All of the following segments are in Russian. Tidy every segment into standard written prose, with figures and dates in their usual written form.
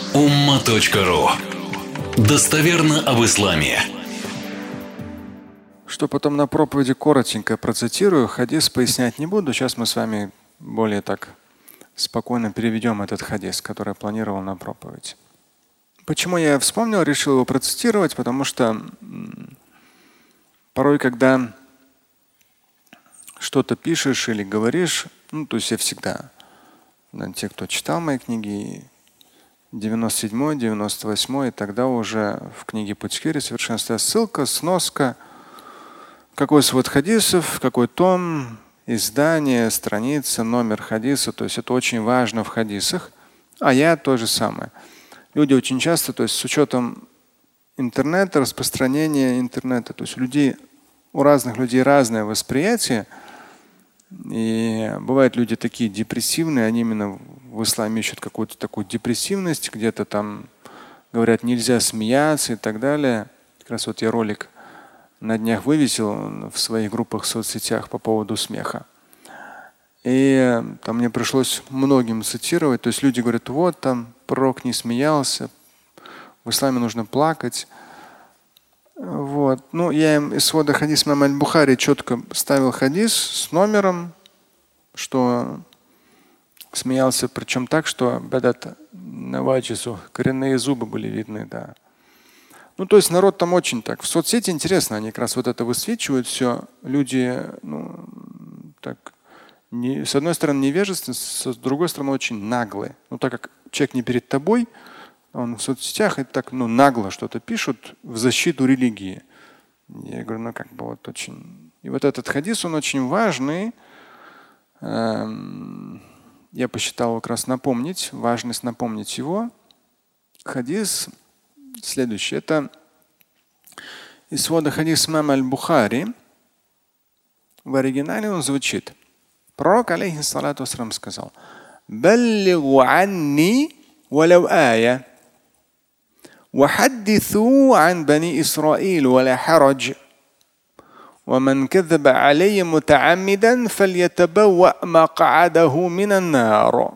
umma.ru. Достоверно об исламе. Что потом на проповеди коротенько процитирую, хадис пояснять не буду. Сейчас мы с вами более так спокойно переведем этот хадис, который я планировал на проповедь. Почему я вспомнил, решил его процитировать? Потому что порой, когда что-то пишешь или говоришь, то есть я всегда, те, кто читал мои книги, 97-й, 98-й, тогда уже в книге «Путь к вере» совершенствуя ссылка, сноска, какой свод хадисов, какой том, издание, страница, номер хадиса. То есть это очень важно в хадисах. А я то же самое. Люди очень часто, то есть с учетом интернета, распространения интернета, то есть у разных людей разное восприятие. И бывают люди такие депрессивные, они именно в исламе ищут какую-то такую депрессивность, где-то там говорят, нельзя смеяться и так далее. Как раз вот я ролик на днях вывесил в своих группах в соцсетях по поводу смеха. И там мне пришлось многим цитировать. То есть люди говорят, вот там пророк не смеялся, в исламе нужно плакать. Вот. Я им из свода хадис имама аль-Бухари четко ставил хадис с номером, что смеялся, причем так, что коренные зубы были видны. Да. То есть народ там очень так. В соцсети интересно, они как раз вот это высвечивают все. Люди, так, с одной стороны невежественны, с другой стороны очень наглые. Так как человек не перед тобой, он в соцсетях и так нагло что-то пишут в защиту религии. Я говорю, очень. И вот этот хадис, он очень важный. Я посчитал как раз важность напомнить его. Хадис следующий. Это из свода хадис имама аль-Бухари. В оригинале он звучит. Пророк, алейхиссалату вассалам, сказал: «Баллигу анни валау ая. وحدثوا عن بني إسرائيل ولا حرج ومن كذب علي متعمدا فليتبوأ مقعده من النار».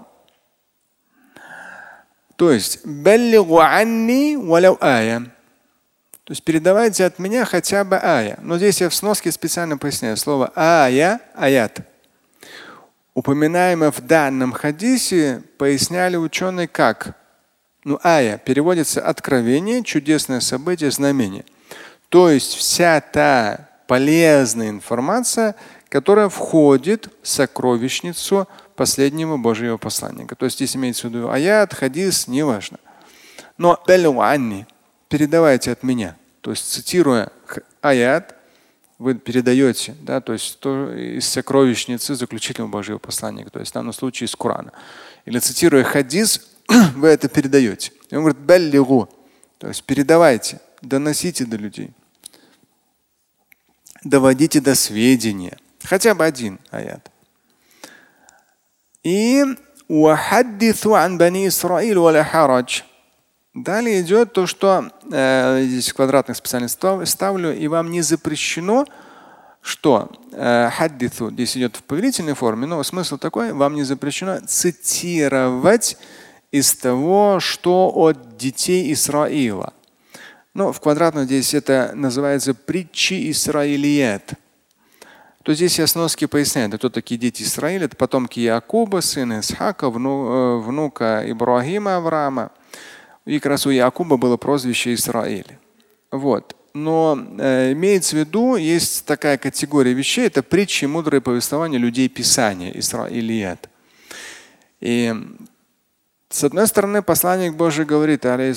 То есть «Баллигу анни валау ая». То есть передавайте от меня хотя бы ая. Но здесь я в сноске специально поясняю слово ая, аят. Упоминаемое в данном хадисе поясняли ученые как? Ая переводится откровение, чудесное событие, знамение. То есть вся та полезная информация, которая входит в сокровищницу последнего Божьего посланника. То есть здесь имеется в виду аят, хадис, неважно. Но передавайте от меня. То есть цитируя аят, вы передаете, да, то есть из сокровищницы заключительного Божьего посланника, то есть в данном случае из Корана. Или цитируя хадис, вы это передаете. И он говорит, баллигу, то есть передавайте, доносите до людей. Доводите до сведения. Хотя бы один аят. И وحدثوا عن بني إسرائيل ولا حرج. Далее идет то, что здесь в квадратных специально ставлю, и вам не запрещено, что хаддиту здесь идет в повелительной форме, но смысл такой, вам не запрещено цитировать из того, что от детей Исраила. В квадратном здесь это называется притчи Исраилият. То здесь я сноски поясняю, кто такие дети Израиля. Это потомки Якуба, сына Исхака, внука Ибрахима, Авраама. И как раз у Якуба было прозвище Израиль. Вот. Но имеется в виду, есть такая категория вещей, это притчи, мудрые повествования людей Писания, Исраилият. И с одной стороны, посланник Божий говорит, то есть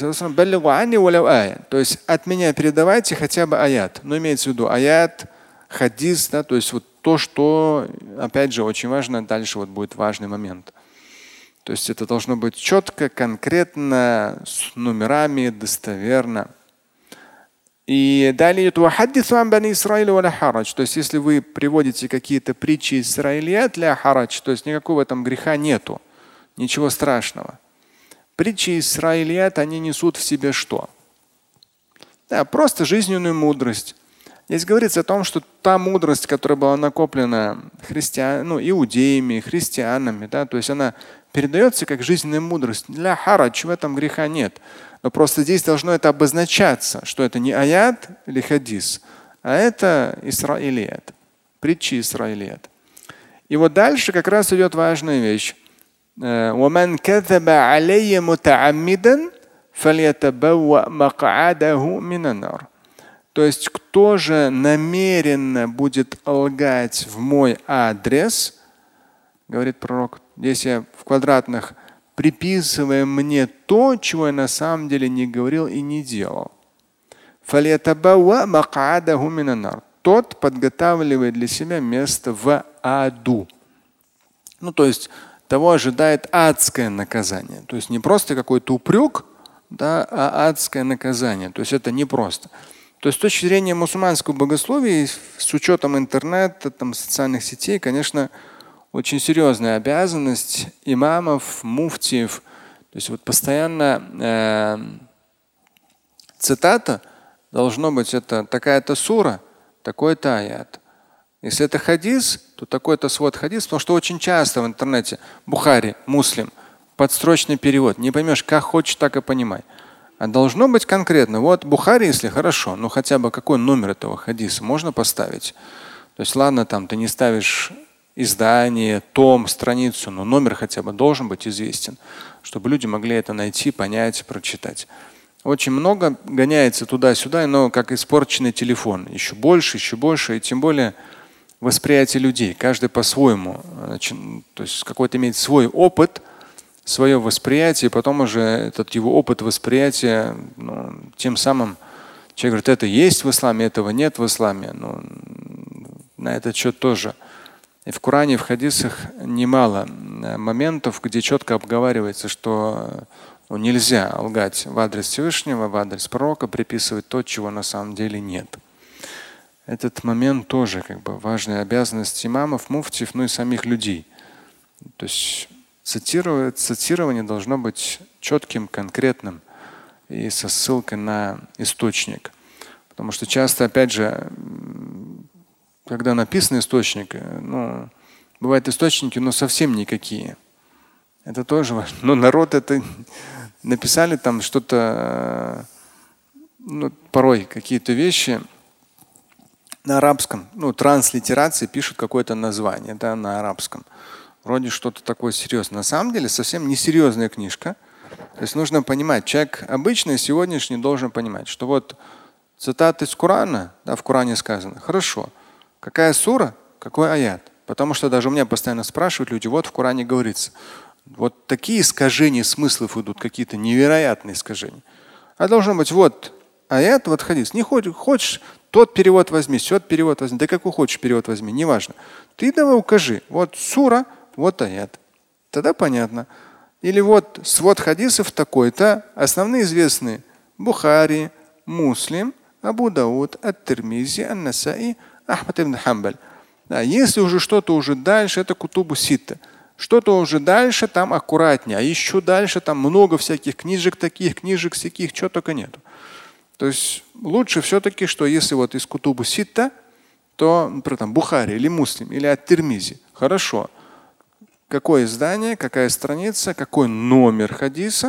от меня передавайте хотя бы аят. Но имеется в виду аят, хадис, да, то есть вот то, что, опять же, очень важно, дальше вот будет важный момент. То есть это должно быть четко, конкретно, с номерами, достоверно. И далее то есть если вы приводите какие-то притчи Исраилият для харадж, то есть никакого в этом греха нету, ничего страшного. Притчи Исраилият, они несут в себе что? Да, просто жизненную мудрость. Здесь говорится о том, что та мудрость, которая была накоплена иудеями, христианами, да, то есть она передается как жизненная мудрость. Для харадж в этом греха нет. Но просто здесь должно это обозначаться, что это не аят или хадис, а это исраилият, притчи исраилият. И вот дальше как раз идет важная вещь. وَمَنْ كَذَبَ عَلَيَّ مُتَعَمِّدًا فَلْيَتَبَوَّأْ مَقْعَدَهُ مِنَ النَّارِ. То есть кто же намеренно будет лгать в мой адрес, говорит пророк, здесь я в квадратных, приписывая мне то, чего я на самом деле не говорил и не делал. Тот подготавливает для себя место в аду. То есть того ожидает адское наказание. То есть не просто какой-то упрек, да, а адское наказание. То есть это не просто. То есть с точки зрения мусульманского богословия, с учетом интернета, социальных сетей, конечно, очень серьезная обязанность имамов, муфтиев. То есть вот постоянно цитата должно быть это такая-то сура, такой-то аят. Если это хадис, то такой-то свод хадис, потому что очень часто в интернете Бухари, Муслим, подстрочный перевод. Не поймешь, как хочешь, так и понимай. А должно быть конкретно. Вот Бухари, если хорошо, хотя бы какой номер этого хадиса можно поставить. То есть ладно, ты не ставишь издание, том, страницу, но номер хотя бы должен быть известен, чтобы люди могли это найти, понять, прочитать. Очень много гоняется туда-сюда, но как испорченный телефон. Еще больше, и тем более восприятие людей. Каждый по-своему. То есть какой-то имеет свой опыт, свое восприятие, и потом уже этот его опыт восприятия, тем самым человек говорит, это есть в исламе, этого нет в исламе. На этот счет тоже. И в Коране, и в хадисах немало моментов, где четко обговаривается, что нельзя лгать в адрес Всевышнего, в адрес пророка, приписывать то, чего на самом деле нет. Этот момент тоже важная обязанность имамов, муфтиев, и самих людей. То есть цитирование должно быть четким, конкретным и со ссылкой на источник. Потому что часто, опять же, когда написан источник, бывают источники, но совсем никакие. Это тоже важно. Но народ это написали что-то, порой какие-то вещи на арабском, транслитерации пишут какое-то название, да, на арабском. Вроде что-то такое серьезное. На самом деле совсем несерьезная книжка. То есть нужно понимать, человек обычный сегодняшний должен понимать, что вот цитаты из Корана, да, в Коране сказано, хорошо, какая сура, какой аят. Потому что даже у меня постоянно спрашивают люди, вот в Коране говорится, вот такие искажения смыслов идут, какие-то невероятные искажения. А должно быть вот аят, вот хадис. Не хочешь, тот перевод возьми, сёт перевод возьми, да какой хочешь перевод возьми, неважно. Ты давай укажи, вот сура, вот аят. Тогда понятно. Или вот свод хадисов такой-то, основные известные Бухари, Муслим, Абу Дауд, Ат-Тирмизи, Ан-Насаи, Ахмад ибн Хамбаль. Да, если уже что-то уже дальше, это Кутубу Ситта. Что-то уже дальше, там аккуратнее. А еще дальше там много всяких книжек таких, книжек всяких, чего только нету. То есть лучше все-таки, что если вот из Кутубу Ситта, то, например, Бухари или Муслим или Ат-Тирмизи. Хорошо. Какое издание, какая страница, какой номер хадиса.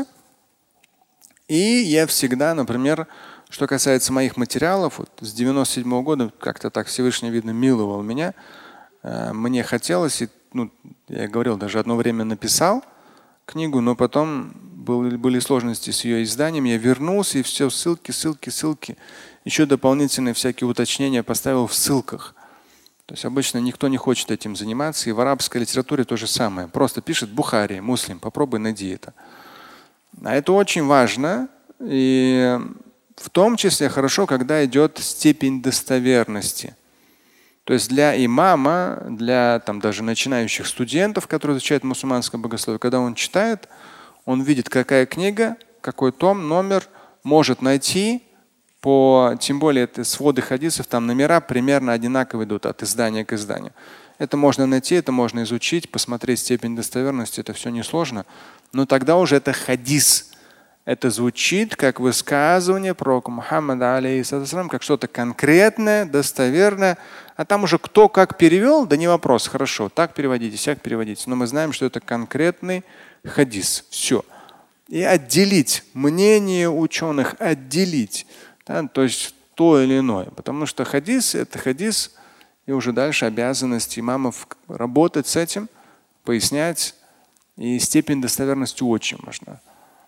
И я всегда, например, что касается моих материалов, вот с 97 года как-то так Всевышний, видно, миловал меня. Мне хотелось, я говорил, даже одно время написал книгу, но потом были сложности с ее изданием. Я вернулся и все, ссылки. Еще дополнительные всякие уточнения поставил в ссылках. То есть обычно никто не хочет этим заниматься. И в арабской литературе то же самое. Просто пишет Бухари, Муслим, попробуй найди это. А это очень важно. И в том числе хорошо, когда идет степень достоверности. То есть для имама, для даже начинающих студентов, которые изучают мусульманское богословие, когда он читает, он видит, какая книга, какой том, номер может найти. Тем более это своды хадисов, там номера примерно одинаково идут от издания к изданию. Это можно найти, это можно изучить, посмотреть степень достоверности, это все несложно. Но тогда уже это хадис. это звучит как высказывание пророка Мухаммада, алейхиссалям, как что-то конкретное, достоверное. А там уже кто как перевел, да не вопрос. Хорошо, так переводите, сяк переводите. Но мы знаем, что это конкретный хадис. Все. И отделить мнение ученых, отделить. Да, то есть то или иное. Потому что хадис – это хадис, и уже дальше обязанность имамов работать с этим, пояснять. И степень достоверности очень важна.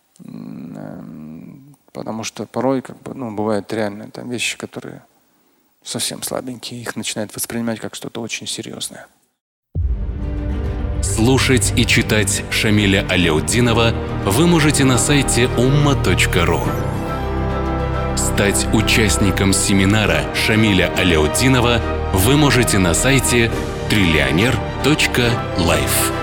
Потому что порой бывают реально там вещи, которые совсем слабенькие, их начинают воспринимать как что-то очень серьезное. Слушать и читать Шамиля Аляутдинова вы можете на сайте umma.ru. Стать участником семинара Шамиля Аляутдинова вы можете на сайте trillioner.life.